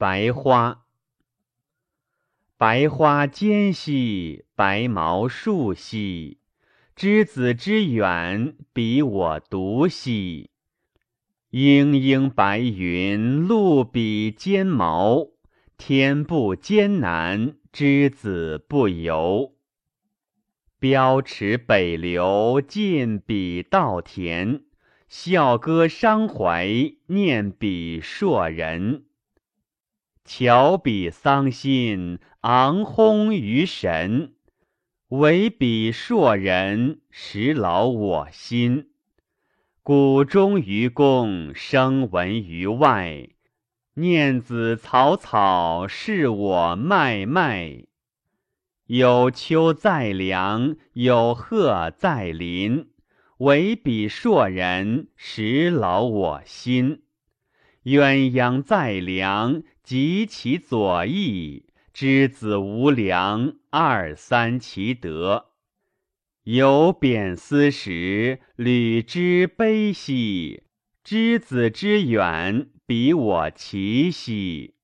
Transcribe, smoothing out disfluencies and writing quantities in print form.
白花。白花间兮，白毛树兮，之子之远，比我独兮。莺莺白云，露比肩毛，天不艰难，之子不由。标池北流，尽比稻田，笑歌伤怀，念比硕人。巧比桑心，昂烘于神，惟比硕人，实劳我心。谷中于公，声闻于外，念子草草，是我脉脉。有秋在梁，有鹤在林，惟比硕人，实劳我心。鸳鸯在梁，及其左翼，之子无良，二三其德。有贬思时，履之悲兮，之子之远，比我齐兮。